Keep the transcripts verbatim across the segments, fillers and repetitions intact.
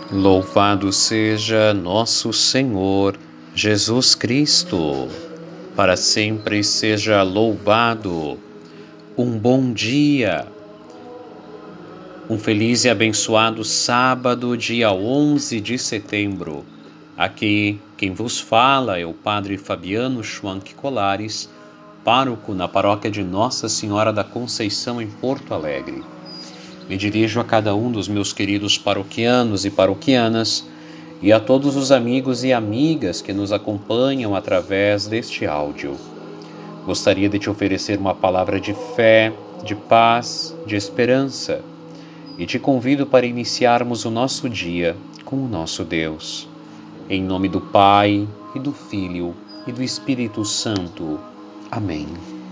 Louvado seja nosso Senhor Jesus Cristo, para sempre seja louvado. Um bom dia, um feliz e abençoado sábado, dia onze de setembro. Aqui quem vos fala é o Padre Fabiano Schwanck Colares, pároco na paróquia de Nossa Senhora da Conceição em Porto Alegre. Me dirijo a cada um dos meus queridos paroquianos e paroquianas e a todos os amigos e amigas que nos acompanham através deste áudio. Gostaria de te oferecer uma palavra de fé, de paz, de esperança e te convido para iniciarmos o nosso dia com o nosso Deus. Em nome do Pai, e do Filho, e do Espírito Santo. Amém.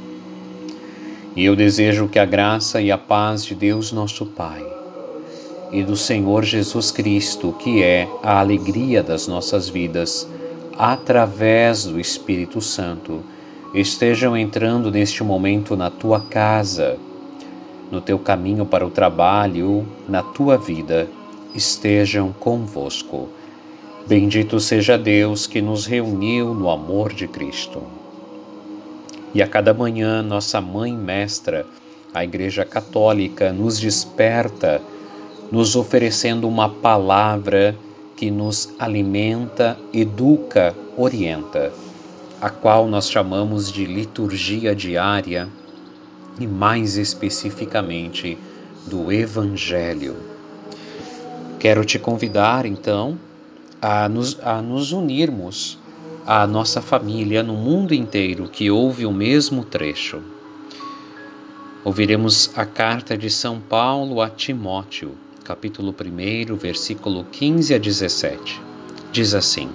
E eu desejo que a graça e a paz de Deus nosso Pai e do Senhor Jesus Cristo, que é a alegria das nossas vidas, através do Espírito Santo, estejam entrando neste momento na tua casa, no teu caminho para o trabalho, na tua vida, estejam convosco. Bendito seja Deus que nos reuniu no amor de Cristo. E a cada manhã, nossa Mãe Mestra, a Igreja Católica, nos desperta, nos oferecendo uma palavra que nos alimenta, educa, orienta, a qual nós chamamos de liturgia diária e mais especificamente do Evangelho. Quero te convidar então a nos, a nos unirmos à nossa família no mundo inteiro que ouve o mesmo trecho. Ouviremos a carta de São Paulo a Timóteo, capítulo um, versículo quinze a dezessete. Diz assim: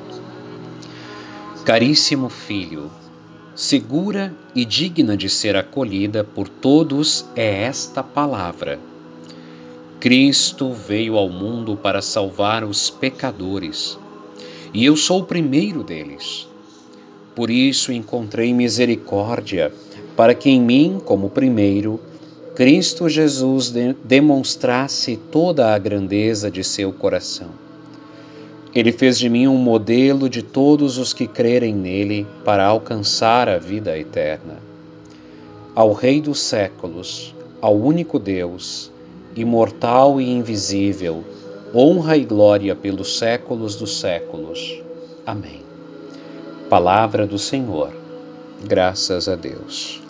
Caríssimo filho, segura e digna de ser acolhida por todos é esta palavra. Cristo veio ao mundo para salvar os pecadores, e eu sou o primeiro deles. Por isso encontrei misericórdia, para que em mim, como primeiro, Cristo Jesus de- demonstrasse toda a grandeza de seu coração. Ele fez de mim um modelo de todos os que crerem nele para alcançar a vida eterna. Ao Rei dos séculos, ao único Deus, imortal e invisível, honra e glória pelos séculos dos séculos. Amém. Palavra do Senhor. Graças a Deus.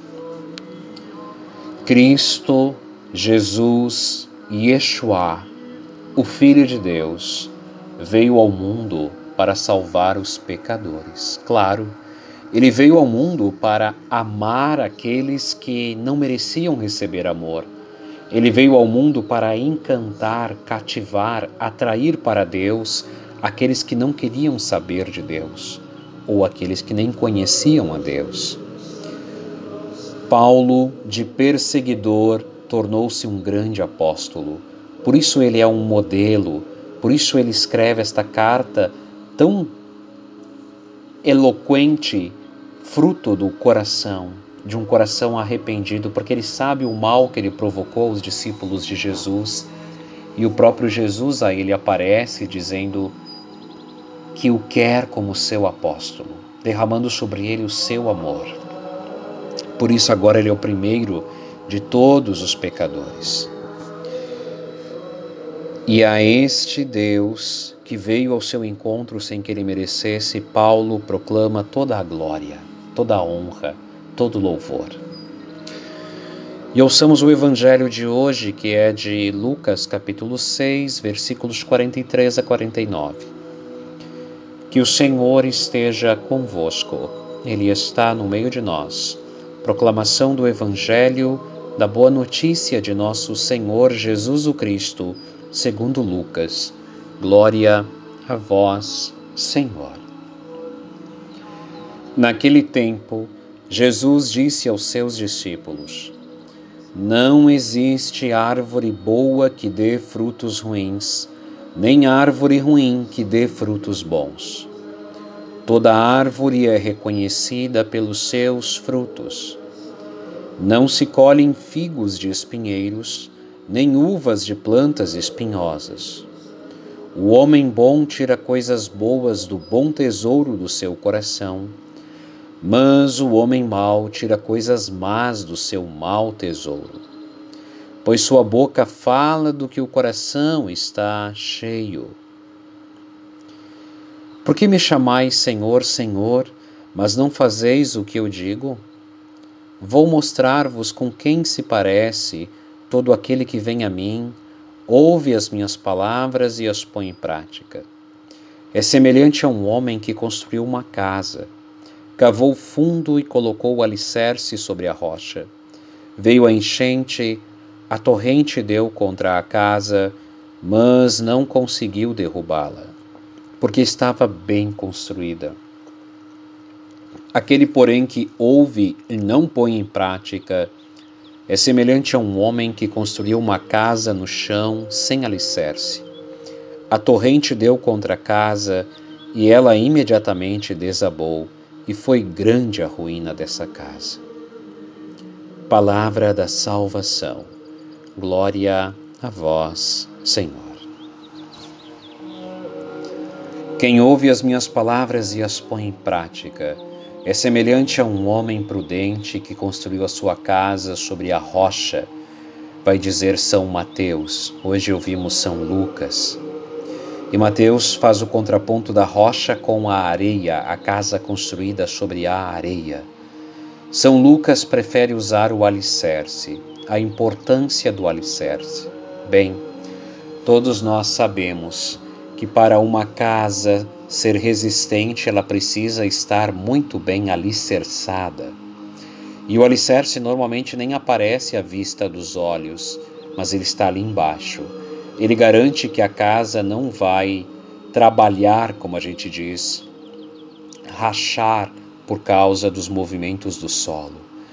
Cristo, Jesus, Yeshua, o Filho de Deus, veio ao mundo para salvar os pecadores. Claro, ele veio ao mundo para amar aqueles que não mereciam receber amor. Ele veio ao mundo para encantar, cativar, atrair para Deus aqueles que não queriam saber de Deus, ou aqueles que nem conheciam a Deus. Paulo, de perseguidor, tornou-se um grande apóstolo. Por isso ele é um modelo, por isso ele escreve esta carta tão eloquente, fruto do coração, de um coração arrependido, porque ele sabe o mal que ele provocou aos discípulos de Jesus, e o próprio Jesus a ele aparece dizendo que o quer como seu apóstolo, derramando sobre ele o seu amor. Por isso agora ele é o primeiro de todos os pecadores. E a este Deus que veio ao seu encontro sem que ele merecesse, Paulo proclama toda a glória, toda a honra, todo o louvor. E ouçamos o evangelho de hoje, que é de Lucas, capítulo seis, versículos quarenta e três a quarenta e nove. Que o Senhor esteja convosco, Ele está no meio de nós. Proclamação do evangelho da boa notícia de nosso Senhor Jesus o Cristo, segundo Lucas. Glória a vós, Senhor. Naquele tempo, Jesus disse aos seus discípulos: Não existe árvore boa que dê frutos ruins, nem árvore ruim que dê frutos bons. Toda árvore é reconhecida pelos seus frutos. Não se colhem figos de espinheiros, nem uvas de plantas espinhosas. O homem bom tira coisas boas do bom tesouro do seu coração, mas o homem mau tira coisas más do seu mau tesouro. Pois sua boca fala do que o coração está cheio. Por que me chamais Senhor, Senhor, mas não fazeis o que eu digo? Vou mostrar-vos com quem se parece todo aquele que vem a mim, ouve as minhas palavras e as põe em prática. É semelhante a um homem que construiu uma casa, cavou fundo e colocou o alicerce sobre a rocha. Veio a enchente, a torrente deu contra a casa, mas não conseguiu derrubá-la, porque estava bem construída. Aquele, porém, que ouve e não põe em prática, é semelhante a um homem que construiu uma casa no chão sem alicerce. A torrente deu contra a casa, e ela imediatamente desabou, e foi grande a ruína dessa casa. Palavra da salvação. Glória a vós, Senhor. Quem ouve as minhas palavras e as põe em prática é semelhante a um homem prudente que construiu a sua casa sobre a rocha. Vai dizer São Mateus, hoje ouvimos São Lucas. E Mateus faz o contraponto da rocha com a areia, a casa construída sobre a areia. São Lucas prefere usar o alicerce, a importância do alicerce. Bem, todos nós sabemos que para uma casa ser resistente, ela precisa estar muito bem alicerçada. E o alicerce normalmente nem aparece à vista dos olhos, mas ele está ali embaixo. Ele garante que a casa não vai trabalhar, como a gente diz, rachar por causa dos movimentos do solo.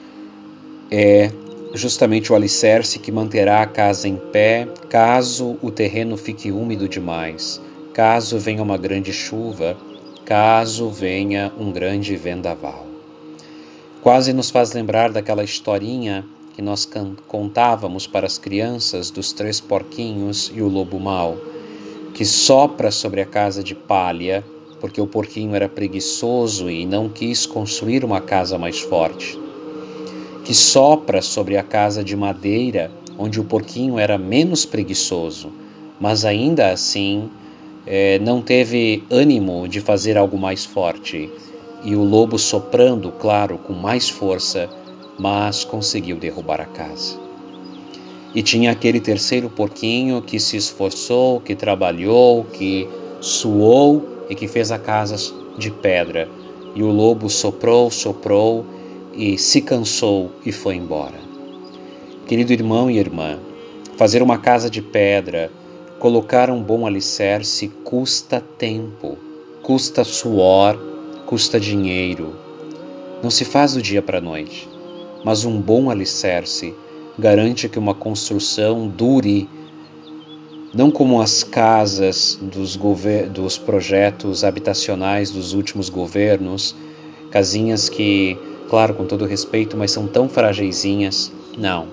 É justamente o alicerce que manterá a casa em pé caso o terreno fique úmido demais, caso venha uma grande chuva, caso venha um grande vendaval. Quase nos faz lembrar daquela historinha que nós contávamos para as crianças dos três porquinhos e o lobo mau, que sopra sobre a casa de palha, porque o porquinho era preguiçoso e não quis construir uma casa mais forte, que sopra sobre a casa de madeira, onde o porquinho era menos preguiçoso, mas ainda assim eh, não teve ânimo de fazer algo mais forte, e o lobo soprando, claro, com mais força, mas conseguiu derrubar a casa. E tinha aquele terceiro porquinho que se esforçou, que trabalhou, que suou e que fez a casa de pedra. E o lobo soprou, soprou e se cansou e foi embora. Querido irmão e irmã, fazer uma casa de pedra, colocar um bom alicerce custa tempo, custa suor, custa dinheiro. Não se faz do dia para a noite, mas um bom alicerce garante que uma construção dure, não como as casas dos, gover- dos projetos habitacionais dos últimos governos, casinhas que, claro, com todo respeito, mas são tão fragilzinhas. Não.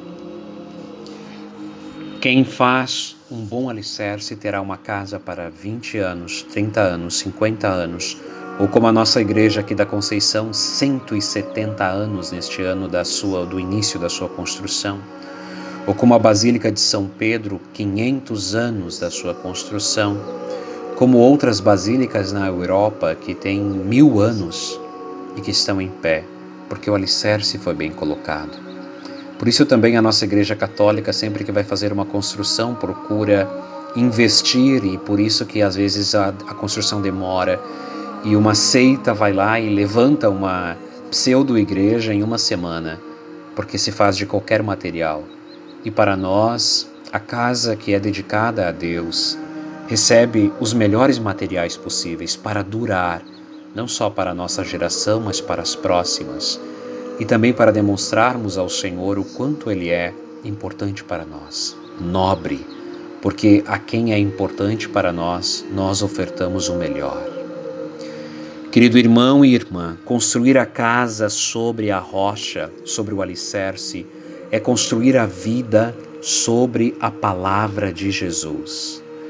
Quem faz um bom alicerce terá uma casa para vinte anos, trinta anos, cinquenta anos, ou como a nossa igreja aqui da Conceição, cento e setenta anos neste ano da sua, do início da sua construção, ou como a Basílica de São Pedro, quinhentos anos da sua construção, como outras basílicas na Europa que têm mil anos e que estão em pé, porque o alicerce foi bem colocado. Por isso também a nossa Igreja Católica, sempre que vai fazer uma construção, procura investir, e por isso que às vezes a, a construção demora, e uma seita vai lá e levanta uma pseudo-igreja em uma semana, porque se faz de qualquer material. E para nós, a casa que é dedicada a Deus recebe os melhores materiais possíveis para durar, não só para a nossa geração, mas para as próximas. E também para demonstrarmos ao Senhor o quanto Ele é importante para nós, nobre, porque a quem é importante para nós, nós ofertamos o melhor. Querido irmão e irmã, construir a casa sobre a rocha, sobre o alicerce, é construir a vida sobre a palavra de Jesus.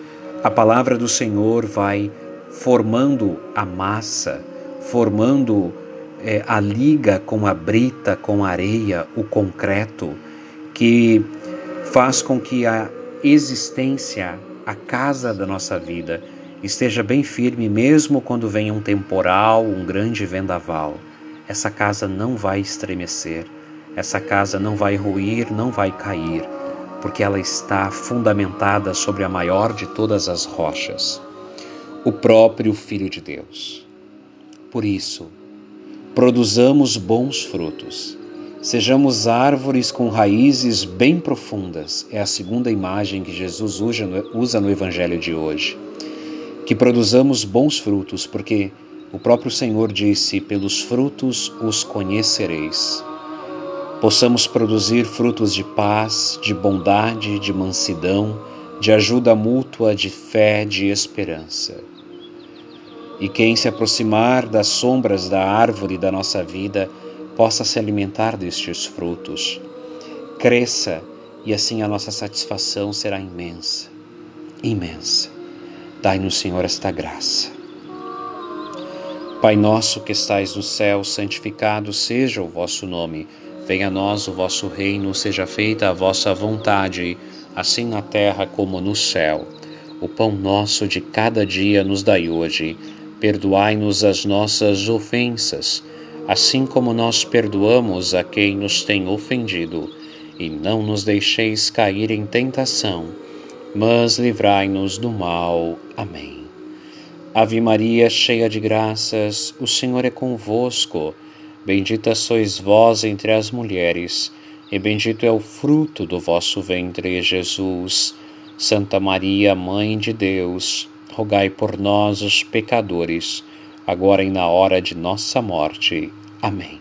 A palavra do Senhor vai formando a massa, formando é, a liga com a brita, com a areia, o concreto, que faz com que a existência, a casa da nossa vida, esteja bem firme mesmo quando vem um temporal, um grande vendaval. Essa casa não vai estremecer, essa casa não vai ruir, não vai cair, porque ela está fundamentada sobre a maior de todas as rochas, o próprio Filho de Deus. Por isso, produzamos bons frutos. Sejamos árvores com raízes bem profundas. É a segunda imagem que Jesus usa no Evangelho de hoje. Que produzamos bons frutos, porque o próprio Senhor disse: pelos frutos os conhecereis. Possamos produzir frutos de paz, de bondade, de mansidão, de ajuda mútua, de fé, de esperança. E quem se aproximar das sombras da árvore da nossa vida possa se alimentar destes frutos. Cresça, e assim a nossa satisfação será imensa, imensa. Dai-nos, Senhor, esta graça. Pai nosso que estais no céu, santificado seja o vosso nome. Venha a nós o vosso reino, seja feita a vossa vontade, assim na terra como no céu. O pão nosso de cada dia nos dai hoje. Perdoai-nos as nossas ofensas, assim como nós perdoamos a quem nos tem ofendido. E não nos deixeis cair em tentação, mas livrai-nos do mal. Amém. Ave Maria, cheia de graças, o Senhor é convosco. Bendita sois vós entre as mulheres, e bendito é o fruto do vosso ventre, Jesus. Santa Maria, Mãe de Deus, rogai por nós, os pecadores, agora e na hora de nossa morte. Amém.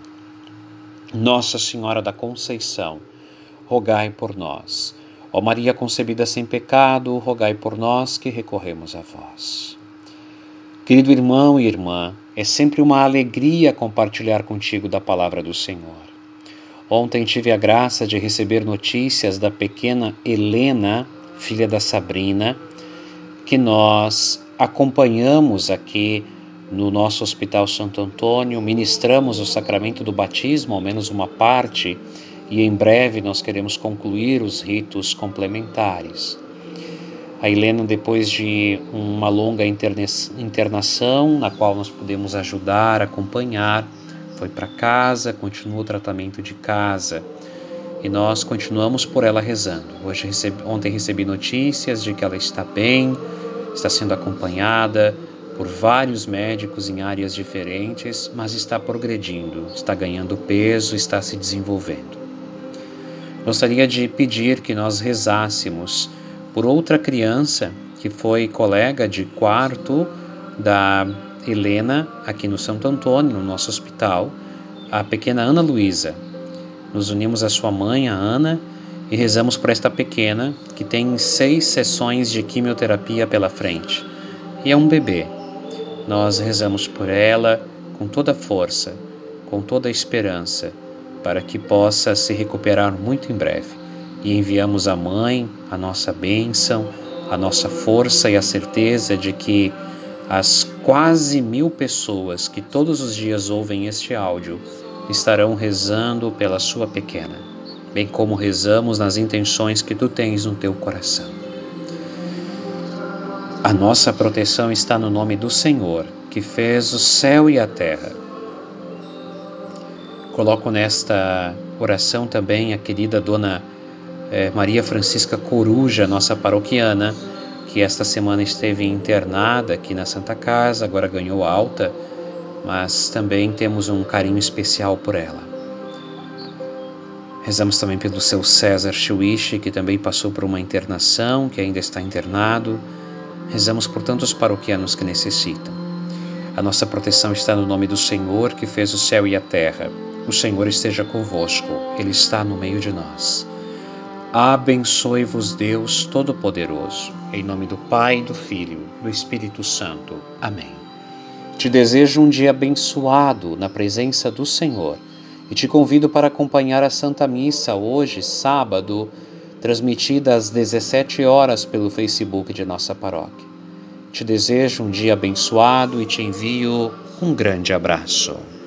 Nossa Senhora da Conceição, rogai por nós. Ó Maria concebida sem pecado, rogai por nós que recorremos a vós. Querido irmão e irmã, é sempre uma alegria compartilhar contigo da palavra do Senhor. Ontem tive a graça de receber notícias da pequena Helena, filha da Sabrina, que nós acompanhamos aqui no nosso Hospital Santo Antônio, ministramos o sacramento do batismo, ao menos uma parte, e em breve nós queremos concluir os ritos complementares. A Helena, depois de uma longa internação, na qual nós pudemos ajudar, acompanhar, foi para casa, continuou o tratamento de casa. E nós continuamos por ela rezando. Hoje recebi, ontem recebi notícias de que ela está bem, está sendo acompanhada por vários médicos em áreas diferentes, mas está progredindo, está ganhando peso, está se desenvolvendo. Gostaria de pedir que nós rezássemos por outra criança que foi colega de quarto da Helena aqui no Santo Antônio, no nosso hospital, a pequena Ana Luísa. Nos unimos à sua mãe, a Ana, e rezamos por esta pequena que tem seis sessões de quimioterapia pela frente. E é um bebê. Nós rezamos por ela com toda a força, com toda a esperança, para que possa se recuperar muito em breve. E enviamos à mãe a nossa bênção, a nossa força e a certeza de que as quase mil pessoas que todos os dias ouvem este áudio estarão rezando pela sua pequena, bem como rezamos nas intenções que tu tens no teu coração. A nossa proteção está no nome do Senhor, que fez o céu e a terra. Coloco nesta oração também a querida Dona eh, Maria Francisca Coruja, nossa paroquiana, que esta semana esteve internada aqui na Santa Casa, agora ganhou alta, mas também temos um carinho especial por ela. Rezamos também pelo seu César Chwish, que também passou por uma internação, que ainda está internado. Rezamos por tantos paroquianos que necessitam. A nossa proteção está no nome do Senhor, que fez o céu e a terra. O Senhor esteja convosco, Ele está no meio de nós. Abençoe-vos Deus Todo-Poderoso, em nome do Pai, do Filho, do Espírito Santo. Amém. Te desejo um dia abençoado na presença do Senhor e te convido para acompanhar a Santa Missa hoje, sábado, transmitida às dezessete horas pelo Facebook de nossa paróquia. Te desejo um dia abençoado e te envio um grande abraço.